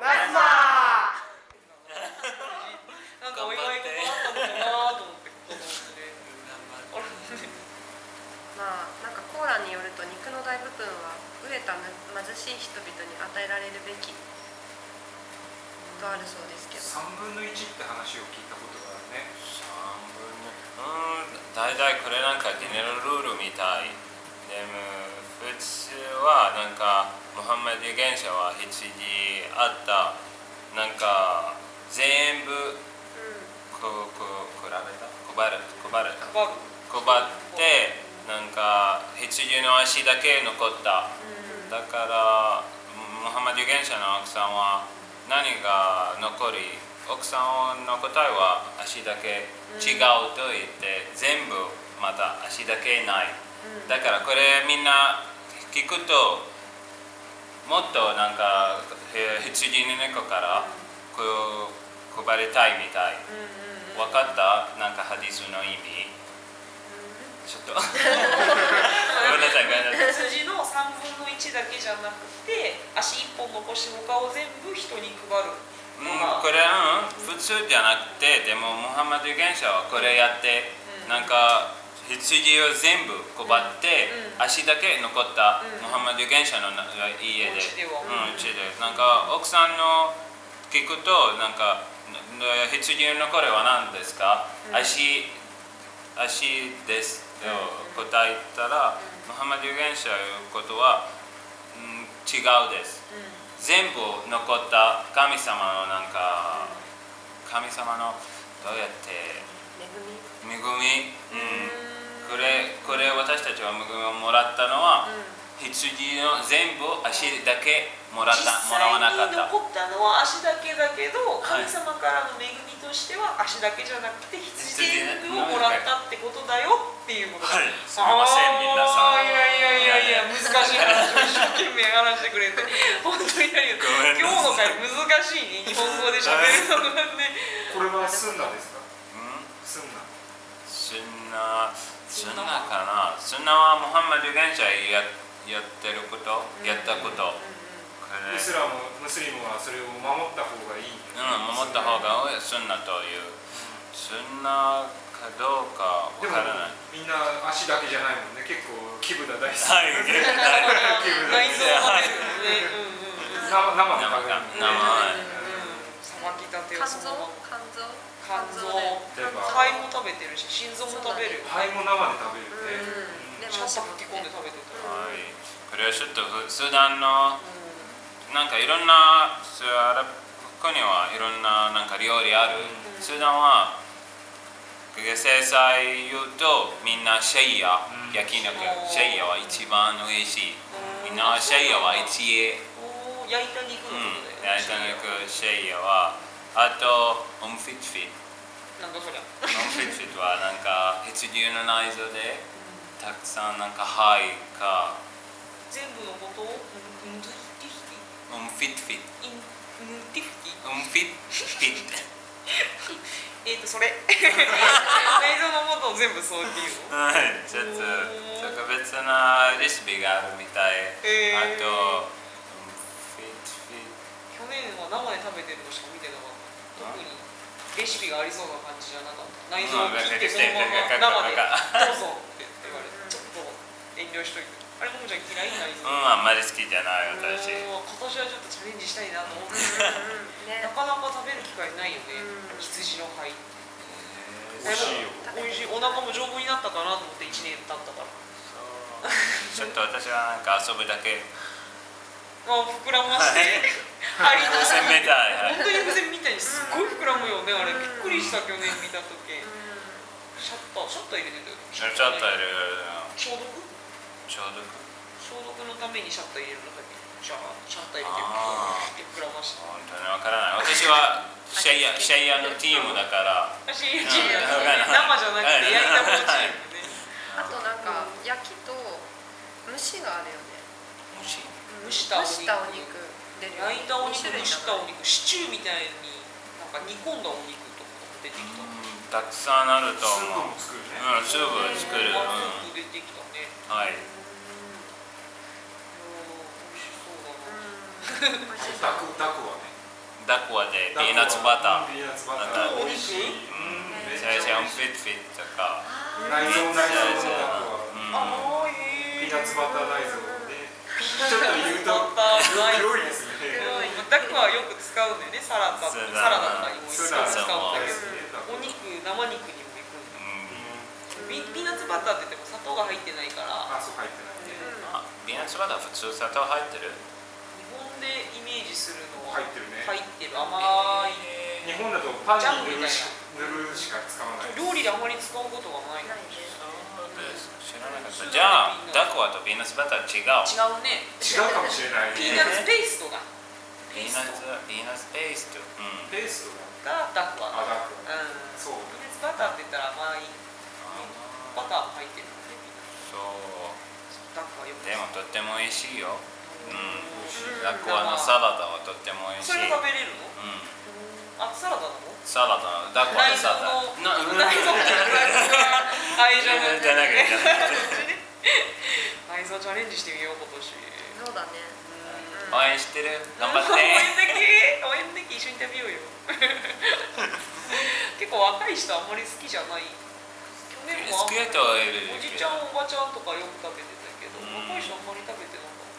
マスタなんかお祝い事あったのかなと思って子供でまあなんかコーランによると肉の大部分は飢えた貧しい人々に与えられるべきとあるそうですけど、 3分の1って話を聞いたことがあるね。 大体これなんかジェネラルルールみたいでも普通はなんかムハンマディ原者は羊あったなんか全部配ってなんか羊の足だけ残った、だからムハンマディ原者の奥さんは何が残り奥さんの答えは足だけ違うと言って全部また足だけない、だからこれみんな聞くともっとなんか羊の猫からこう配りたいみたい、分かったなんかハディスの意味ちょっとごめんなさい羊の3分の1だけじゃなくて足1本残し他を全部人に配るこれ普通じゃなくてでもムハンマド原者はこれやって、なんか羊を全部配って、足だけ残ったムハンマド原者の家で、うちでなんか奥さんの聞くとなんか羊のこれは何ですか、足ですと答えたら、ムハンマド原者のことは、違うです、全部残った神様のなんか、神様のどうやって恵み、これ私たちは恵みをもらったのは、羊の全部足だけもらわなかった。 実際に残ったのは足だけだけど、神様からの恵みとしては足だけじゃなくて羊全部をもらったってことだよっていうことだ。 すみません皆さん。 いや難しい話を一生懸命話してくれて本当に今日の回難しいね、日本語で喋るのがね。 これはスンナですか？ スンナかな。スンナはムハンマド原者やってること、やったこと。 ムスリムはそれを守った方がいい。 守った方がスンナという。スンナかどうかわからない。 みんな足だけじゃないもんね。結構キブダ大好き。 はい、キブダ。 内臓を食べるね。 生で食べる。 さばきたてをそのまま。肝臓、肺も食べてるし、心臓も食べる。 肺も生で食べるね。 シャッター吹き込んで食べてた。 はい。これはちょっとスーダンのなんかいろんなアラブ国はいろんななんか料理ある。スーダンは制裁言うとみんなシェイヤ、焼肉、シェイヤは一番おいしい。みんなシェイヤは一位。 焼いた肉のことだよね。 焼いた肉、シェイヤはあとフィットフィット。 なんだそりゃ。 フィットフィットはなんか羊の内臓でたくさんなんか肺か全部のことをフィットフィット。 フィットフィット。 それ内臓のことを全部そうっていうの？ はい、ちょっと特別なレシピがあるみたい。あとフィットフィット。 去年は生で食べてるのしか見てなかった。特にレシピがありそうな感じじゃなかった。内臓を切ってそのまま生でどうぞって言われてちょっと遠慮しといて。あれももちゃん嫌いな内臓？ あんまり好きじゃない私。 今年はちょっとチャレンジしたいなと思ってなかなか食べる機会ないよね、羊の肺。 美味しいよ。 美味しい。お腹も丈夫になったかなと思って1年経ったから。 ちょっと私はなんか遊ぶだけ。 膨らまして針の風船みたい。 本当に風船みたいにすっごい膨らむよねあれ。びっくりした去年見た時。シャッター入れてたよ。 シャッター入れる。 消毒のためにシャッター入れるのだけ。シャッター入れて膨らまして。 本当にわからない。私はシェイヤのチームだから。 シェイヤチーム生じゃなくて焼いた方チームね。 あとなんか焼きと蒸しがあるよね。 蒸したお肉出る。 焼いたお肉、蒸したお肉、シチューみたいになんか煮込んだお肉とかも出てきた。 たくさんあると思う。 スープも作るね。 スープ作る。 スープ出てきたね。 はい。 美味しそうだな。 ダクはね。 ダコアでピーナッツバター、 ピーナッツバター美味しい。 シャイシャンフィッフィッとか、 内臓のダコア。 ああ、へえ。 ピーナッツバター内臓で、ちょっと言うと黒いですね。 ダクはよく使うんだよね、サラダとかにも使うんだけど、お肉、生肉にも行くんだよ。ピーナッツバターって言っても砂糖が入ってないから。 あ、そう入ってないね。 ピーナッツバター普通砂糖入ってる？ 日本でイメージするのは入ってるね。 入ってる甘い。 日本だとパンに塗るしか使わない。 料理であまり使うことがない。 ないね。 知らなかった。じゃあダコアとピーナッツバター違う。 違うね。 違うかもしれない。 ピーナッツペーストだ。 ピーナッツペースト。 ペーストがダクワ。 あ、ダクワ。そう。 ピーナッツバターって言ったら甘い。バターも入ってるのね。 そう。 ダクワよく。 でもとっても美味しいよ。ダコアのサラダはとっても美味しい。 それ食べれるの？あ、サラダなの？ サラダ、ダコアのサラダ。 内臓愛情のじゃなくて。 内臓チャレンジしてみよう今年。 そうだね。 応援してる。頑張って。 応援でき一緒に食べようよ。結構若い人あんまり好きじゃない。去年も好きな人はいる。 おじちゃんおばちゃんとかよく食べてたけど、若い人あんまり食べてなかった。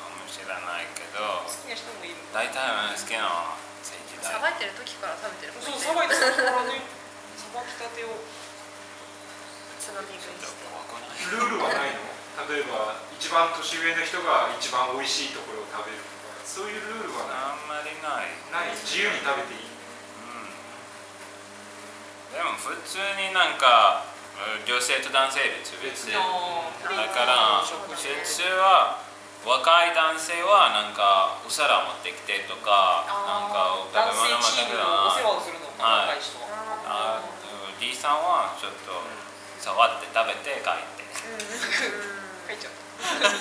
かもしれないけど。 好きな人もいる。 大体好きな政治だ。 さばいてる時から食べてる。 そう、さばいてるからね。さばきたてをつまみ食いして。 ルールはないの？例えば一番年上の人が一番美味しいところを食べるとか、そういうルールはあんまりない。 ない。自由に食べていい。 でも普通になんか女性と男性別々だから普通は若い男性はなんかお皿持ってきてとかなんか男性チームのお世話をするのか、若い人は。 D さんはちょっと触って食べて帰って帰っちゃった。楽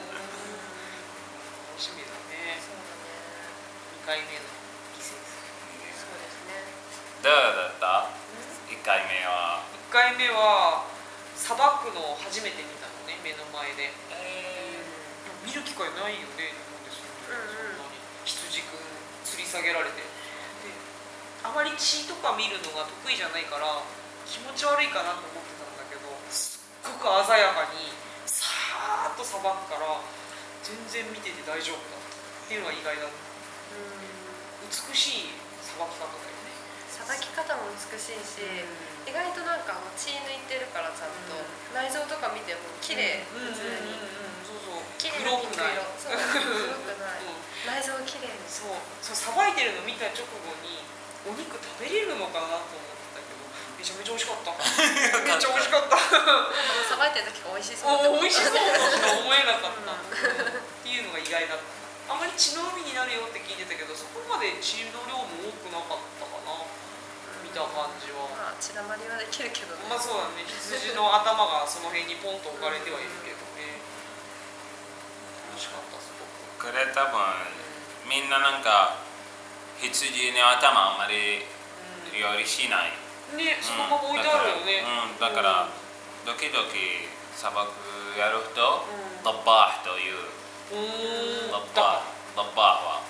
しみだね。2回目の季節。 そうですね。 どうだった？1回目は。 1回目はさばくのを初めて見たのね、目の前で。見る機会ないよね、日本でそんなに羊くん吊り下げられて。で、あまり血とか見るのが得意じゃないから気持ち悪いかなと思ってたんだけど、すっごく鮮やかにさーっとさばくから全然見てて大丈夫だっていうのが意外だった。美しいさばき方だよね。 さばき方も美しいし、意外となんか血抜いてるからちゃんと、内臓とか見ても綺麗、普通に。綺麗な肉色。そう、黒くない。内臓綺麗に。 そうさばいてるの見た直後にお肉食べれるのかなと思ってたけど、めちゃめちゃ美味しかった。めっちゃ美味しかった。 さばいてる時が美味しそう美味しそうとしか思えなかったっていうのが意外だった。あんまり血の海になるよって聞いてたけど、そこまで血の量も多くなかったかな、見た感じは。 まあ血だまりはできるけどね。 まあそうだね、羊の頭がその辺にポンと置かれてはいるけどね。美味しかった。すごくこれ多分みんななんか羊の頭あんまり料理しないね、そのまま置いてあるよね。 だからドキドキさばくやるとダバーというダバーは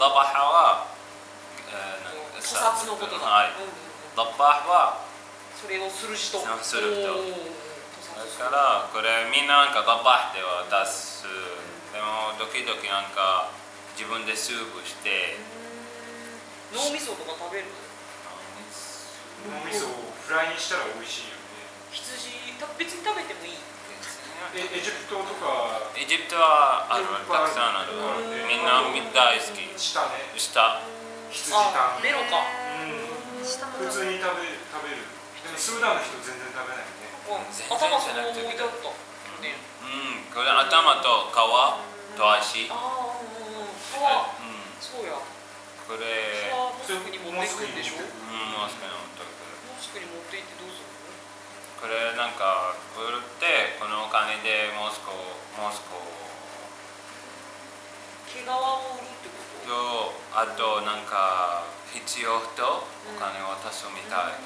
屠殺のことだ。 はい。ダバーはそれをする人。 する人。だからこれみんななんかダバーでは出す。でもドキドキなんか自分でスープして。 脳みそとか食べる？ 脳みそをフライにしたら美味しいよね。 羊別に食べてもいい？ エジプトとか。 エジプトはある、たくさんある。みんな大好き。 下ね。 下。 羊タン。 メロか。 普通に食べる。でもスーダンの人全然食べないね。 頭そのまま置いてあった。ね。 これ頭と皮と足。 そうや。 これ。 モスクに持っていくんでしょ？ モスクに持っていく。 モスクに持っていってどうするの？ これなんか売ってこのお金でモスコ毛皮を売るってこと？ とあとなんか必要とお金を足すみたい。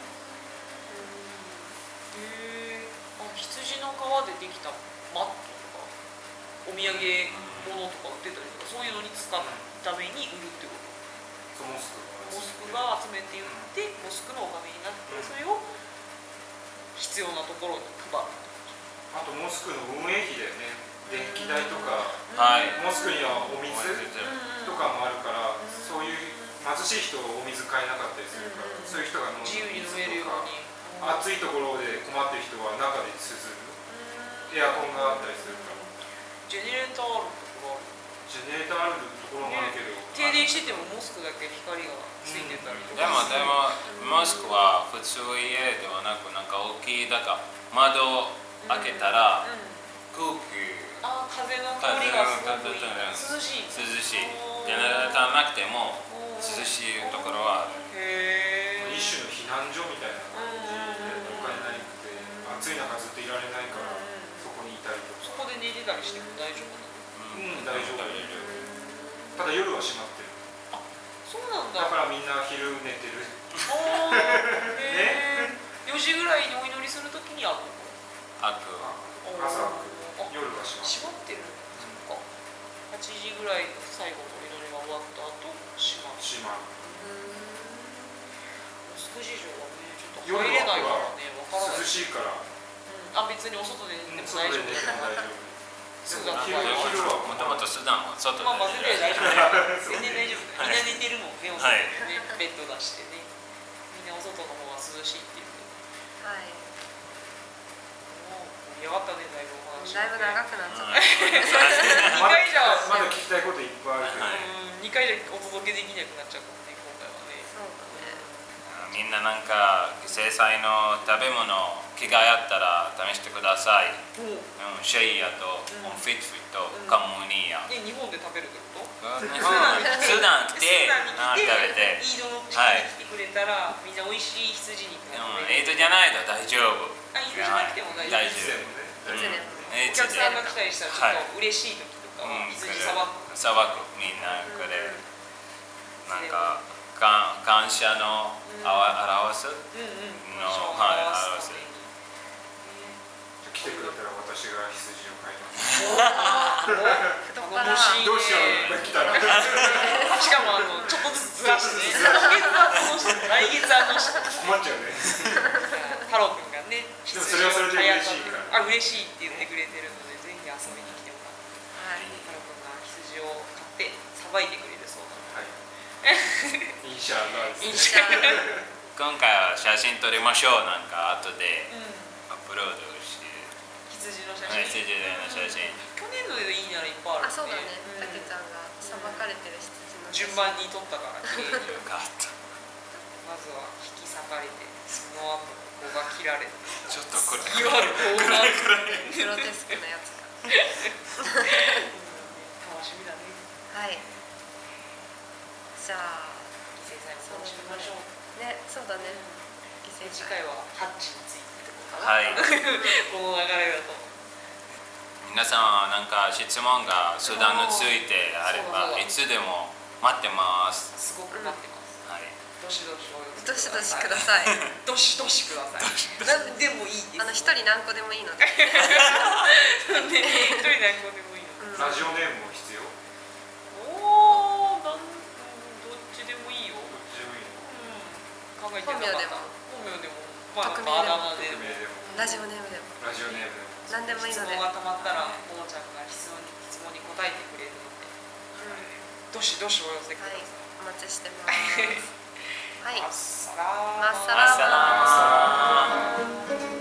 羊の皮でできたマットとかお土産物とか売ってたりとか、そういうのに使うために売るってこと？ モモスクが集めて言ってモスクのお金になってそれを必要なところに配る。 あとモスクの運営費だよね。電気代とか、モスクにはお水とかもあるから、そういう貧しい人はお水買えなかったりするから、そういう人が飲む水とか、暑いところで困ってる人は中で涼むエアコンがあったりするから。 ジェネレーターあるところジェネレーターあるところもあるけど、 停電しててもモスクだけ光がついてたりとか。 でもモスクは普通家ではなく、なんか大きいだから窓開けたら空気、 風の通りがすごくいい、涼しい。 ジェネレーターなくても涼しいところはある。 一種の避難所みたいな感じで、お金なくて暑い中ずっといられないから、そこにいたりとか。 そこで寝てたりしても大丈夫なの？ 大丈夫。ただ夜は閉まってる。 そうなんだ。 だからみんな昼寝てる。 4時ぐらいにお祈りするときに開く。 朝夜は閉まってる。 閉まってる。そっか。8時ぐらいの最後のお祈りが終わった後閉まる。モスク事情はね、ちょっと入れないからね、わからない。 涼しいから。 別にお外で寝ても大丈夫だよ。 昼はもともとスーダンは外で。 全然大丈夫。全然大丈夫。みんな寝てるもんね、お外でね、ベッド出してね。みんなお外の方が涼しいっていう。 はい。 盛り上がったね、だいぶお話。 だいぶ長くなっちゃった。 2回じゃまだ聞きたいこといっぱいあるけど。 2回じゃお届けできなくなっちゃったね、今回はね。 そうだね。 みんななんか犠牲祭の食べ物気があったら試してください。シェイヤとオンフィットフィとカムニーヤ。 日本で食べるってこと？ 日本スーダン来て食べて。 イードの時期に来てくれたらみんな美味しい羊肉が食べれる。 イードじゃないと大丈夫。 イードじゃなくても大丈夫。お客さんが来たりしたらちょっと嬉しい時とか羊さばく。 みんなこれなんか感謝の表すの表す。 来てくれたら私が羊を買います。 どうしよう来たら。しかもちょっとずつずらしてね。来月困っちゃうね。 太郎くんがね、 でもそれはそれで嬉しいから。 嬉しいって言ってくれてるのでぜひ遊びに来てもらって。太郎くんが羊を買ってさばいてくれるそうなので。 インシャーラーですね。 今回は写真撮りましょう。なんか後でアップロードして。 羊の写真。去年のでいいならいっぱいある。 そうだね。たけちゃんがさばかれてる羊の順番に撮ったから綺麗に。 よかった。 まずは引き裂かれて、その後ここが切られて。 ちょっとこれ。 いわゆるこうなる。 プロテスクなやつか。 楽しみだね。 はい。じゃあ犠牲祭も楽しみましょう。 ね、そうだね。犠牲次回はハッチについてとかはい。 この流れだと。 皆さんはなんか質問がスーダンについてあればいつでも待ってます。 すごく待ってます。 はい。 どしどしどしどしください。 どしどしください。何でもいいです。 一人何個でもいいので。 一人何個でもいいの。 ラジオネームも必要？ どっちでもいいよ。 どっちでもいいの？ 考えてなかった。本名でも、 匿名でも、 ラジオネームでも、 ラジオネームでも、 何でもいいので。 質問がたまったら、ももちゃんが質問に答えてくれるので、どしどしお寄せください。 お待ちしてます。はい。 マッサラー。 マッサラー。